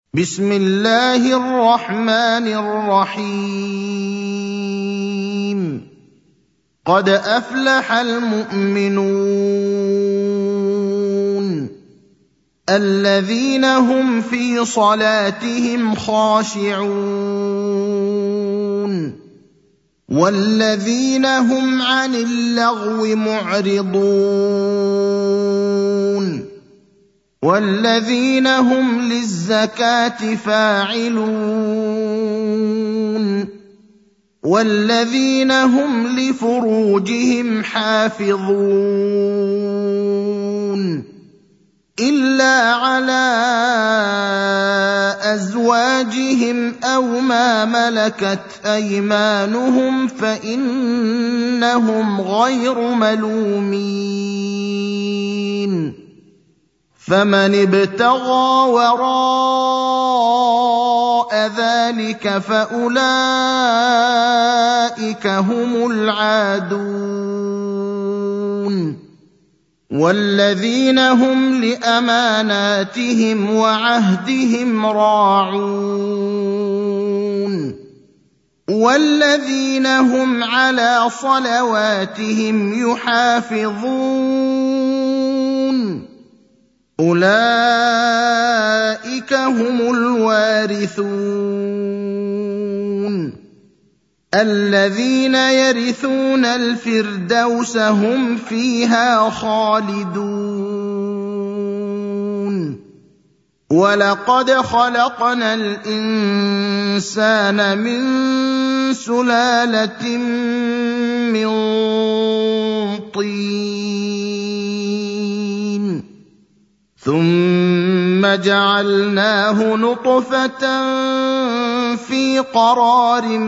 بسم الله الرحمن الرحيم قد أفلح المؤمنون الذين هم في صلاتهم خاشعون والذين هم عن اللغو معرضون والذين هم للزكاة فاعلون والذين هم لفروجهم حافظون إلا على أزواجهم أو ما ملكت أيمانهم فإنهم غير ملومين فمن ابتغى وراء ذلك فأولئك هم العادون والذين هم لأماناتهم وعهدهم راعون والذين هم على صلواتهم يحافظون أولئك هم الوارثون الذين يرثون الفردوس هم فيها خالدون ولقد خلقنا الإنسان من سلالة من طين ثم جعلناه نطفة في قرار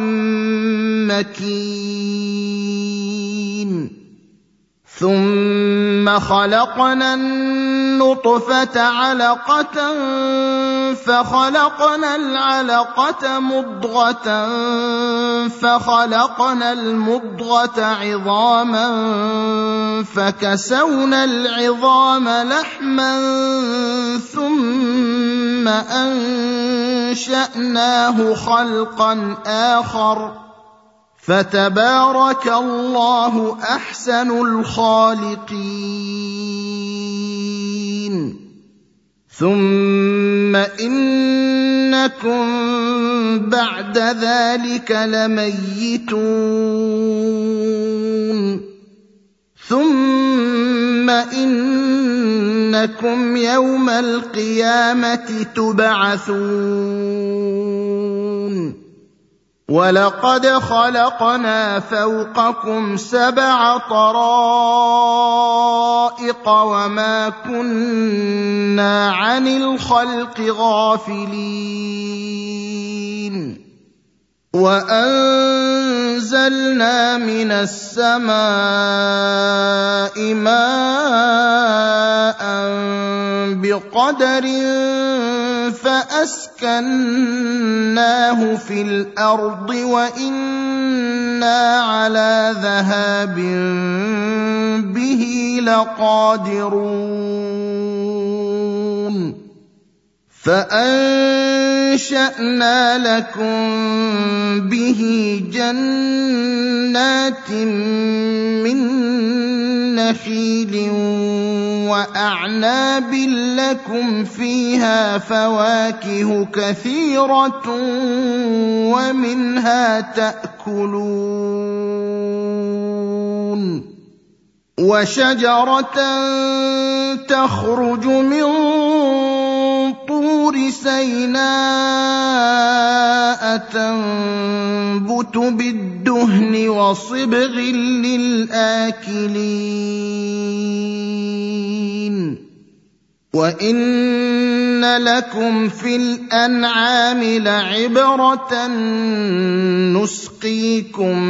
مكين ثم خلقنا النطفة علقة فخلقنا العلقة مضغة فخلقنا المضغة عظاما فكسونا العظام لحما ثم أنشأناه خلقا آخر فتبارك الله أحسن الخالقين ثم إنكم بعد ذلك لميتون ثم إنكم يوم القيامة تبعثون ولقد خلقنا فوقكم 7 طرائق وما كنا عن الخلق غافلين وأنزلنا من السماء ماء بقدر فأسكناه في الأرض وإنا على ذهاب به لقادرون فأنشأنا لكم به جنات من نخيل وأعناب لكم فيها فواكه كثيرة ومنها تأكلون وشجرة تخرج من طور سيناء تنبت بالدهن وصبغ للآكلين وإن لكم في الأنعام لعبرة نسقيكم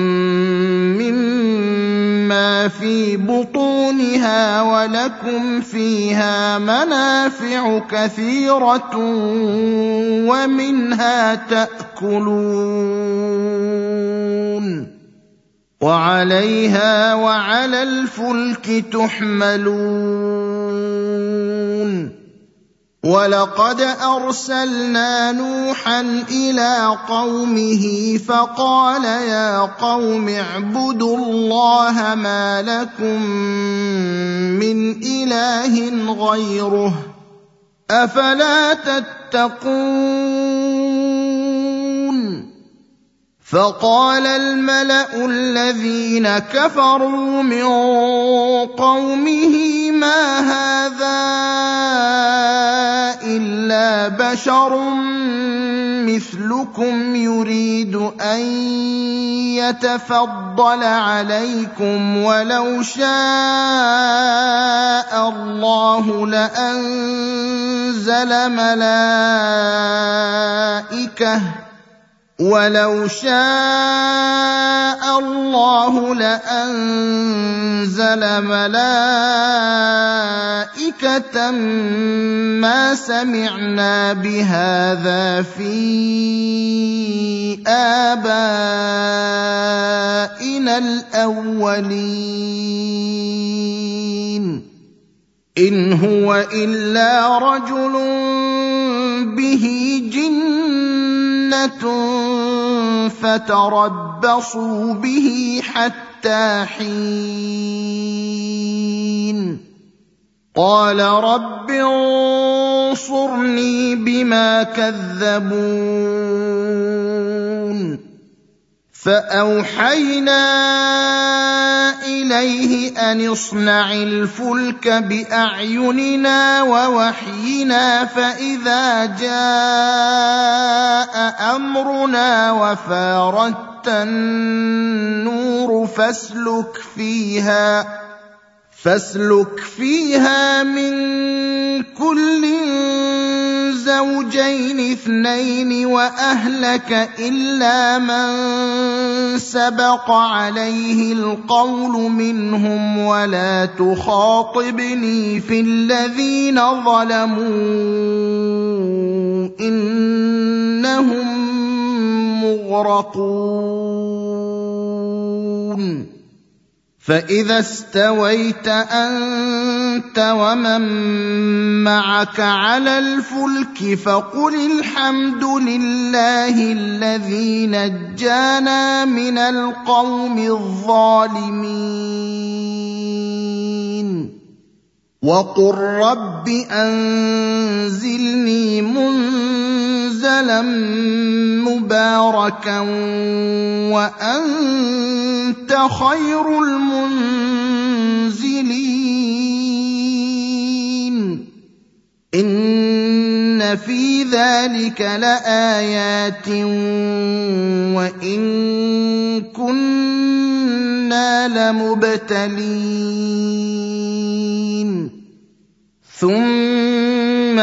مما في بطونها ولكم فيها منافع كثيرة ومنها تأكلون وعليها وعلى الفلك تحملون وَلَقَدْ أَرْسَلْنَا نُوحًا إِلَىٰ قَوْمِهِ فَقَالَ يَا قَوْمِ اعْبُدُوا اللَّهَ مَا لَكُم مِّنْ إِلَٰهٍ غَيْرُهُ ۖ أَفَلَا تَتَّقُونَ فَقَالَ الْمَلَأُ الَّذِينَ كَفَرُوا مِن قَوْمِهِ مَا هَٰذَا إِلَّا بَشَرٌ مِّثْلُكُمْ يُرِيدُ أَن يَتَفَضَّلَ عَلَيْكُمْ وَلَوْ شَاءَ اللَّهُ لَأَنزَلَ مَلَائِكَةً مَّا سَمِعْنَا بِهَٰذَا فِي آبَائِنَا الْأَوَّلِينَ إِنْ هُوَ إِلَّا رَجُلٌ بِهِ جِنَّةٌ فَتَرَبَّصُوا بِهِ حَتَّىٰ حِينٍ قَالَ رَبِّ انصُرْنِي بِمَا كَذَّبُونِ فَأَوْحَيْنَا إِلَيْهِ أَنِ اصْنَعِ الْفُلْكَ بِأَعْيُنِنَا وَوَحْيِنَا فَإِذَا جَاءَ أَمْرُنَا وَفَارَتِ النُّورُ فاسلك فيها من كل زوجين اثنين وأهلك إلا من سبق عليه القول منهم ولا تخاطبني في الذين ظلموا إنهم مغرقون فإذا استويت أنت ومن معك على الفلك فقل الحمد لله الذي نجانا من القوم الظالمين وقل رب أنزلني منزلا مباركا وأنت خير المنزلين إن في ذلك لآيات وإن كنا لمبتلين ثم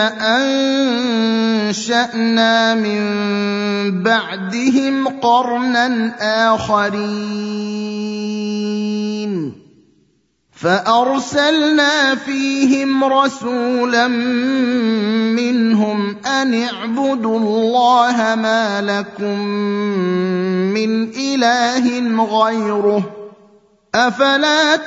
أنشأنا من بعدهم قرنا آخرين فأرسلنا فيهم رسولا منهم أن اعبدوا الله ما لكم من إله غيره أفلا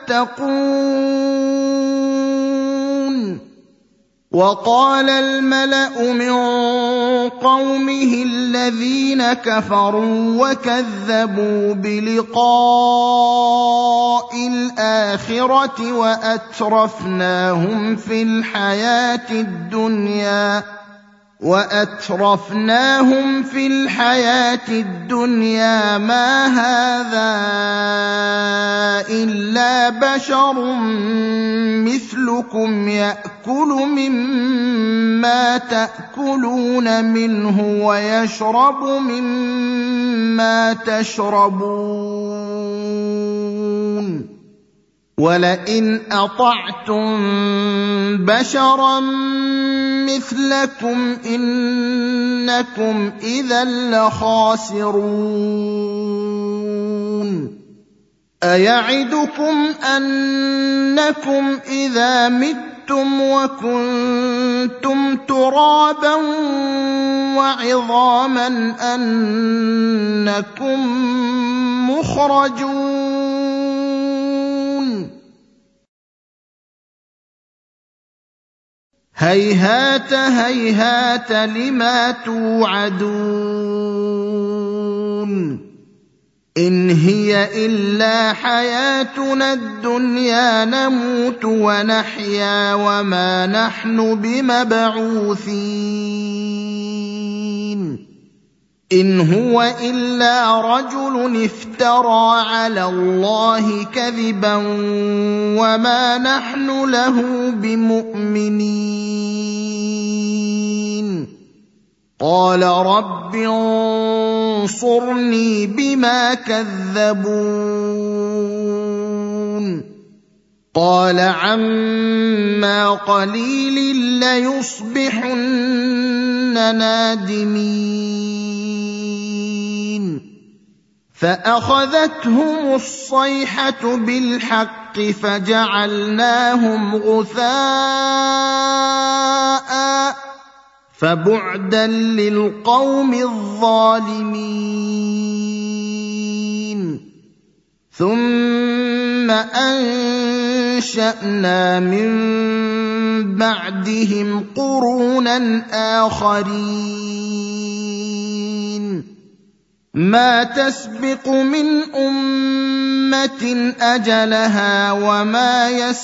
تتقون وقال الملأ من قومه الذين كفروا وكذبوا بلقاء الآخرة وأترفناهم في الحياة الدنيا ما هذا إلا بشر مثلكم يأكل مما تأكلون منه ويشرب مما تشربون ولئن أطعتم بشرا مثلكم إنكم إذا لخاسرون أيعدكم أنكم إذا متم وكنتم ترابا وعظاما أنكم مخرجون هيهات هيهات لما توعدون إن هي إلا حياتنا الدنيا نموت ونحيا وما نحن بمبعوثين إن هو إلا رجل افترى على الله كذبا وما نحن له بمؤمنين قال رب انصرني بما كذبون قال عما قليل ليصبحن نادمين فأخذتهم الصيحة بالحق فجعلناهم غثاء فبعدا للقوم الظالمين ثم أنشأنا من بعدهم قرونا آخرين ما تسبق من أمة أجلها وما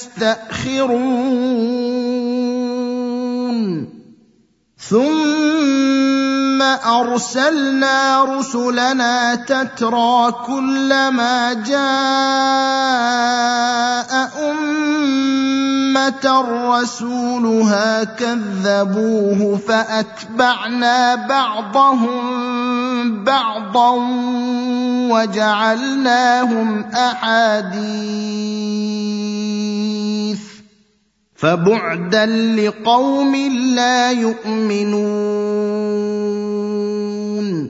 يستأخرون ثم أرسلنا رسلنا تترى كلما جاء أمة رسولها كذبوه فأتبعنا بعضهم بعضا وجعلناهم أحاديث فبعدا لقوم لا يؤمنون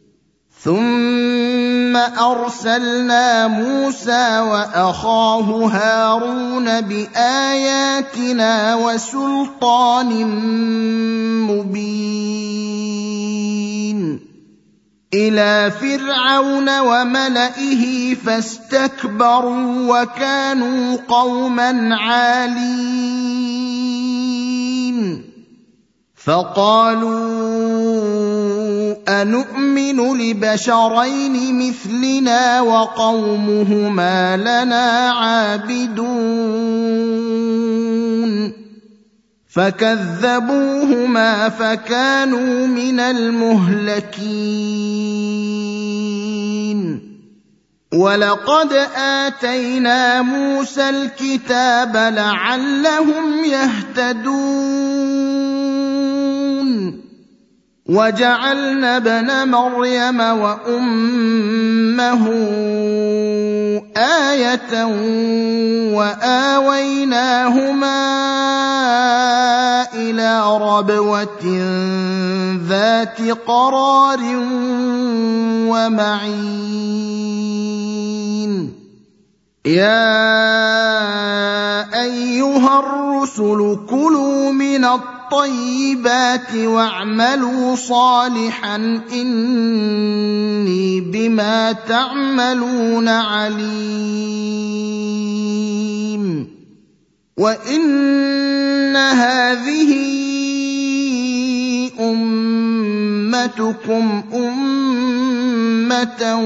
ثم أرسلنا موسى وأخاه هارون بآياتنا وسلطان مبين إلى فرعون وملئه فاستكبروا وكانوا قوما عالين فقالوا أنؤمن لبشرين مثلنا وقومهما لنا عابدون فكذبوهما فكانوا من المهلكين ولقد آتينا موسى الكتاب لعلهم يهتدون وجعلنا ابن مريم وأمه آية وآويناهما إلى ربوة ذات قرار ومعين يا أيها الرسل كلوا من الطيبات واعملوا صالحا إني بما تعملون عليم وإن هذه أمتكم أمة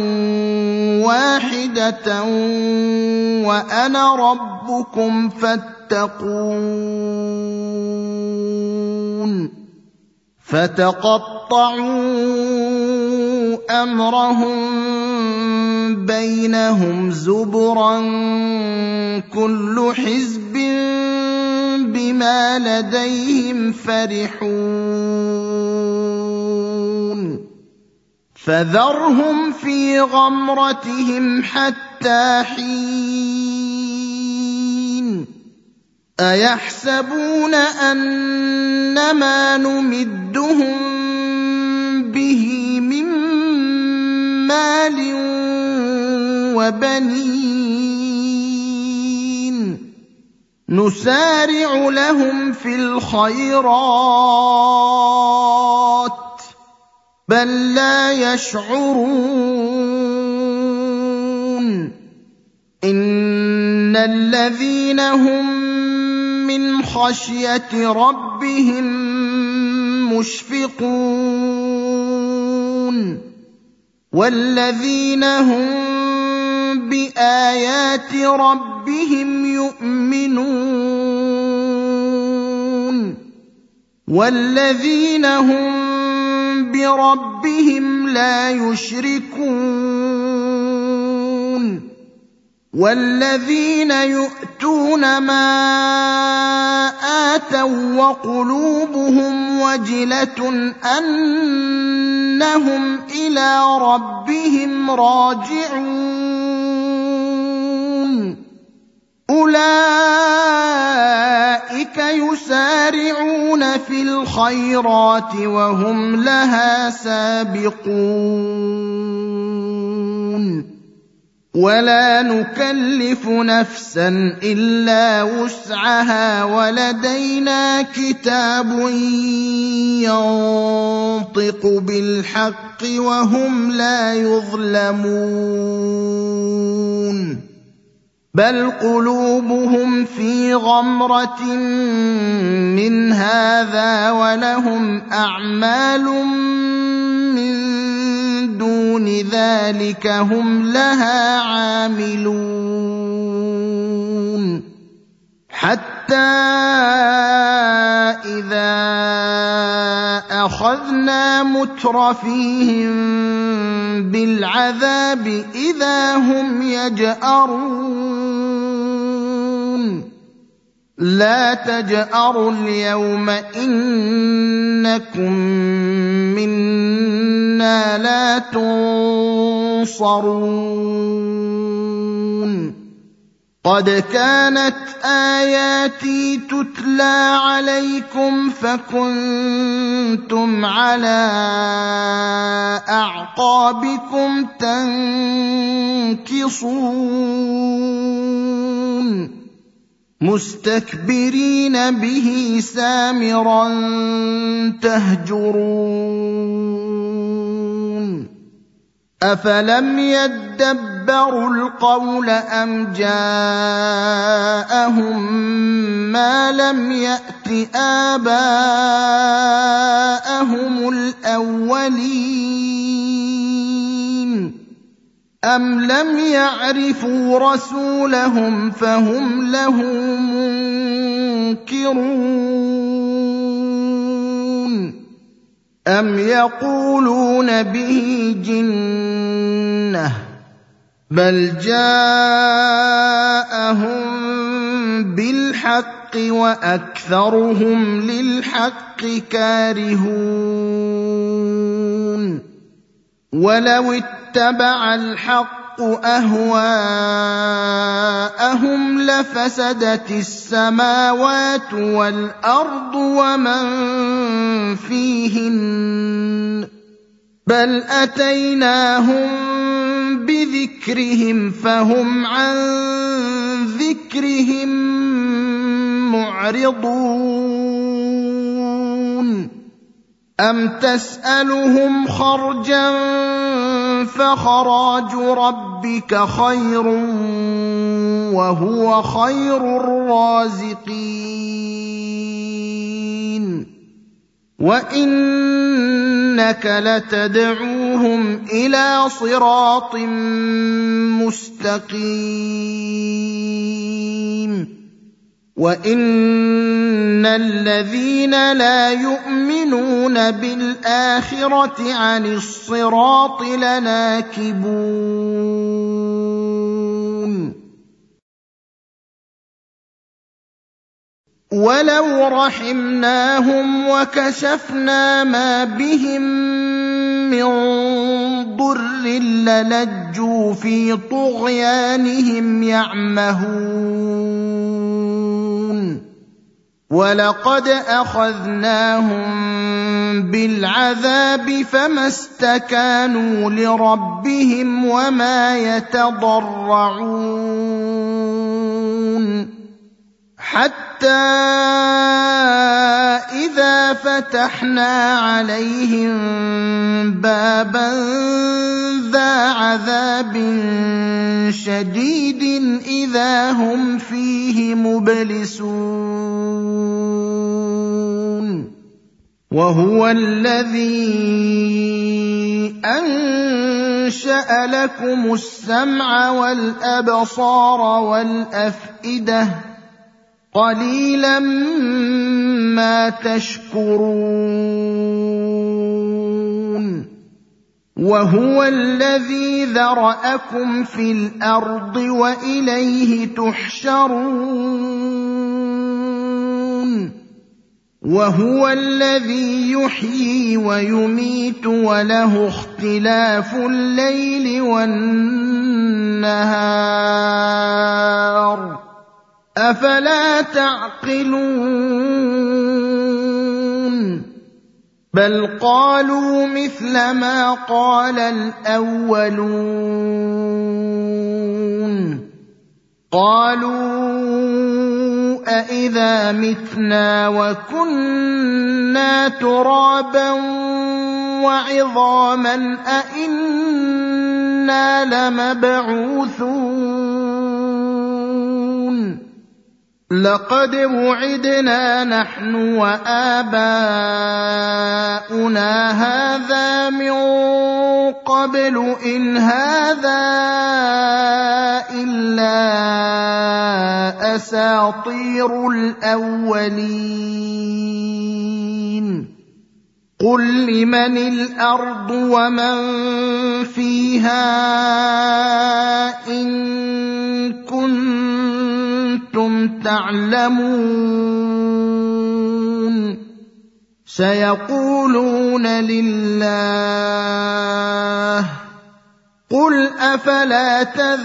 واحدة وأنا ربكم فاتقون فتقطعوا أمرهم بينهم زبرا كل حزب بما لديهم فرحون فذرهم في غمرتهم حتى حين أيحسبون أنما نمدهم به من مال وبنين نسارع لهم في الخيرات بل لا يشعرون إن الذين هم من خشية ربهم مشفقون والذين هم بآيات ربهم يؤمنون والذين هم بربهم لا يشركون والذين يؤتون ما آتوا وقلوبهم وجلة أنهم إلى ربهم راجعون أولئك يسارعون في الخيرات وهم لها سابقون ولا نكلف نفسا إلا وسعها ولدينا كتاب ينطق بالحق وهم لا يظلمون بل قلوبهم في غمرة من هذا ولهم أعمال من دون ذلك هم لها عاملون حتى إذا أخذنا مترفيهم بالعذاب إذا هم يجأرون لا تجأروا اليوم إنكم منا لا تنصرون قد كانت آياتي تتلى عليكم فكنتم على أعقابكم تنكصون مستكبرين به سامرا تهجرون أفلم يدبروا القول أم جاءهم ما لم يأت آباءهم الأولين أم لم يعرفوا رسولهم فهم له منكرون أم يقولون به جنة بل جاءهم بالحق وأكثرهم للحق كارهون ولو اتبع الحق أهواءهم لفسدت السماوات والأرض ومن فيهن بل أتيناهم بذكرهم فهم عن ذكرهم معرضون أم تسألهم خرجا فخراج ربك خير وهو خير الرازقين وإنك لتدعوهم إلى صراط مستقيم وإن الذين لا يؤمنون بالآخرة عن الصراط لناكبون ولو رحمناهم وكشفنا ما بهم من ضر للجوا في طغيانهم يعمهون ولقد أخذناهم بالعذاب فما استكانوا لربهم وما يتضرعون حتى إذا فتحنا عليهم بابا ذا عذاب شديد إذا هم فيه مبلسون وهو الذي أنشأ لكم السمع والأبصار والأفئدة قليلا ما تشكرون وهو الذي ذرأكم في الأرض وإليه تحشرون وهو الذي يحيي ويميت وله اختلاف الليل والنهار أفلا تعقلون بل قالوا مثل ما قال الأولون قالوا أإذا متنا وكنا ترابا وعظاما أإنا لمبعوثون لقد وعدنا نحن وآباؤنا هذا من قبل إن هذا إلا أساطير الأولين قل لمن الأرض ومن فيها إن كنتم تعلمون سيقولون لله قل أفلا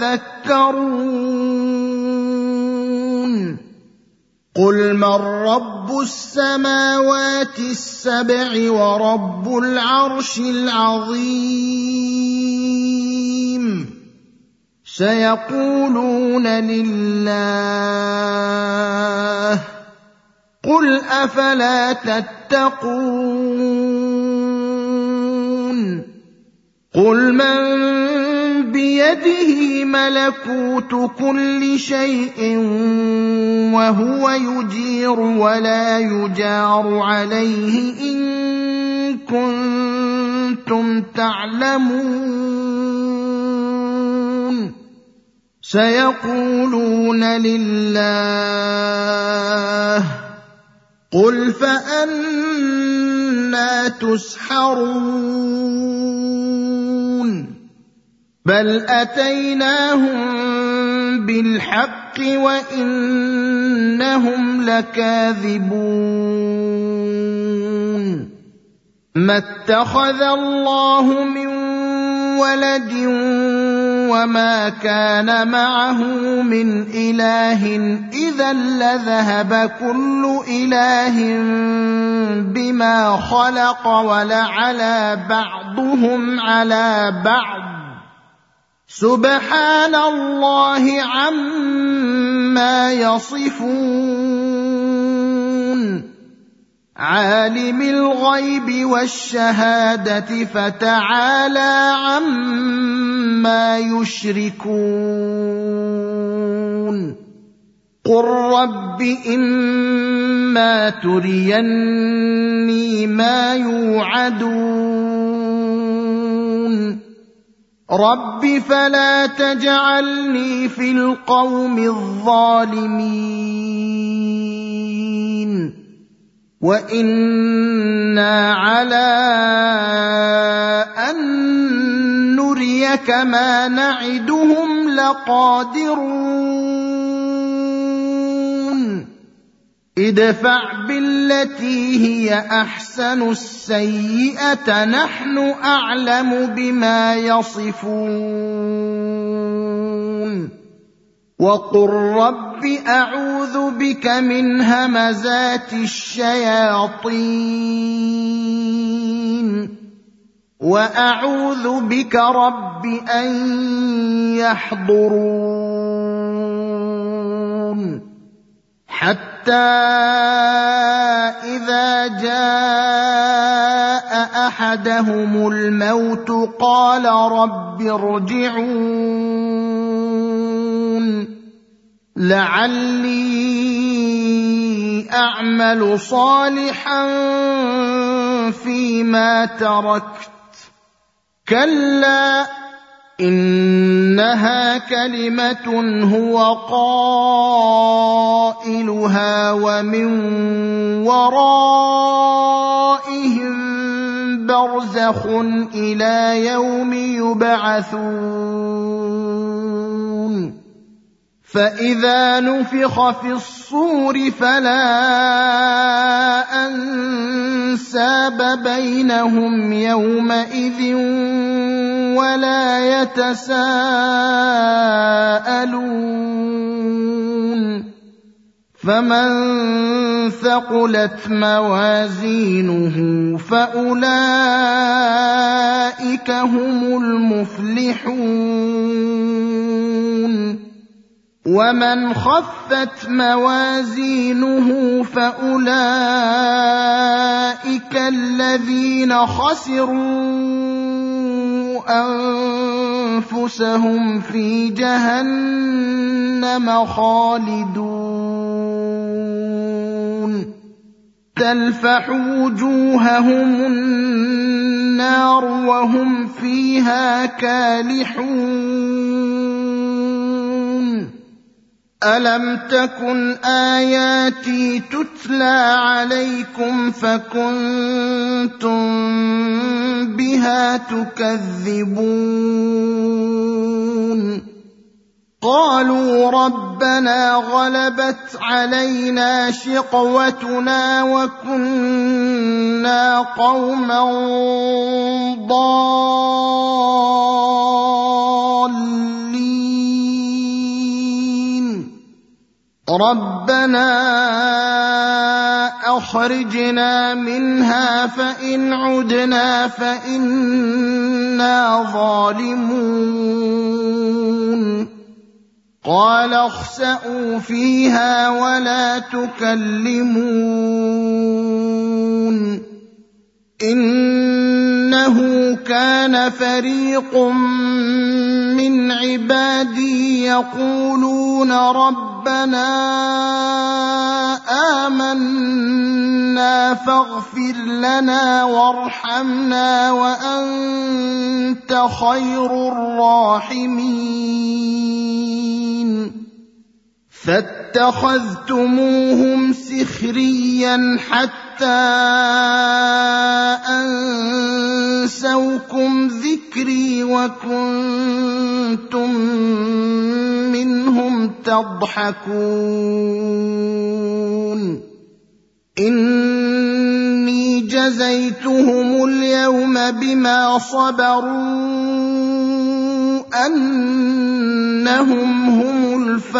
تذكرون قل من رب السماوات السبع ورب العرش العظيم سيقولون لله قل أفلا تتقون قل من بيده ملكوت كل شيء وهو يجير ولا يجار عليه إن كنتم تعلمون سيقولون لله قل فأنى تسحرون بل أتيناهم بالحق وإنهم لكاذبون ما اتخذ الله من ولد وما كان معه من إله إذا لذهب كل إله بما خلق ولعلى بعضهم على بعض سبحان الله عما يصفون عالم الغيب والشهادة فتعالى عما يشركون قل رب إما تريني ما يوعدون رب فلا تجعلني في القوم الظالمين وإنا على أن نريك ما نعدهم لقادرون ادفع بالتي هي أحسن السيئة نحن أعلم بما يصفون وقل رب أعوذ بك من همزات الشياطين وأعوذ بك رب أن يحضرون حتى إذا جاء أحدهم الموت قال رب ارجعون لعلي أعمل صالحا فيما تركت كلا إنها كلمة هو قائلها ومن ورائهم برزخ إلى يوم يبعثون فإذا نفخ في الصور فلا أنساب بينهم يومئذ ولا يتساءلون فمن ثقلت موازينه فأولئك هم المفلحون ومن خفت موازينه فأولئك الذين خسروا أنفسهم في جهنم خالدون تلفح وجوههم النار وهم فيها كالحون ألم تكن آياتي تتلى عليكم فكنتم بها تكذبون قالوا ربنا غلبت علينا شقوتنا وكنا قوما ضالين ربنا أخرجنا منها فإن عدنا فإنا ظالمون قال اخسئوا فيها ولا تكلمون إنه كان فريق من عبادي يقولون ربنا آمنا فاغفر لنا وارحمنا وأنت خير الراحمين فاتخذتموهم سخريا حتى أنسوكم ذكري وكنتم منهم تضحكون إني جزيتهم اليوم بما صبروا أنهم هم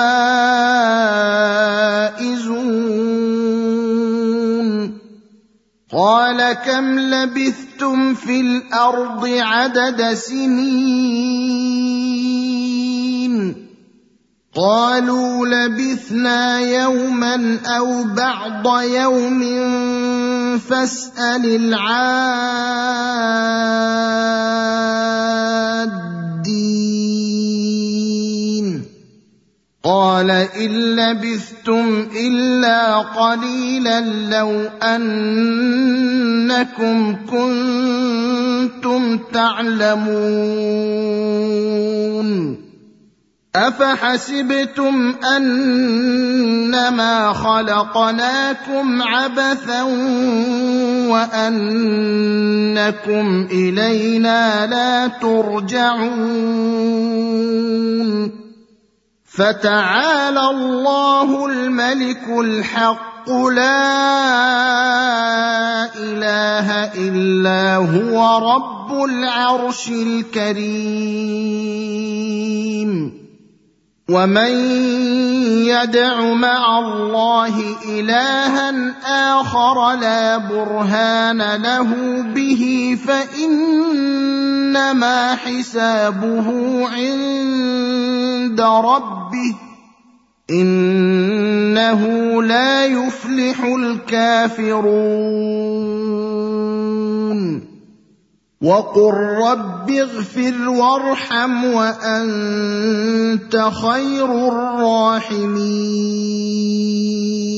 الفائزون قال كم لبثتم في الأرض عدد سنين قالوا لبثنا يوما أو بعض يوم فاسأل العادين قال إن لبثتم إلا قليلا لو أنكم كنتم تعلمون أفحسبتم أنما خلقناكم عبثا وأنكم إلينا لا ترجعون فتعالى الله الملك الحق لا إله إلا هو رب العرش الكريم ومن يدع مع الله إلها آخر لا برهان له به فإنما حسابه عند ربه إِنَّهُ لَا يُفْلِحُ الْكَافِرُونَ وَقُل رَّبِّ اغْفِرْ وَارْحَمْ وَأَنتَ خَيْرُ الرَّاحِمِينَ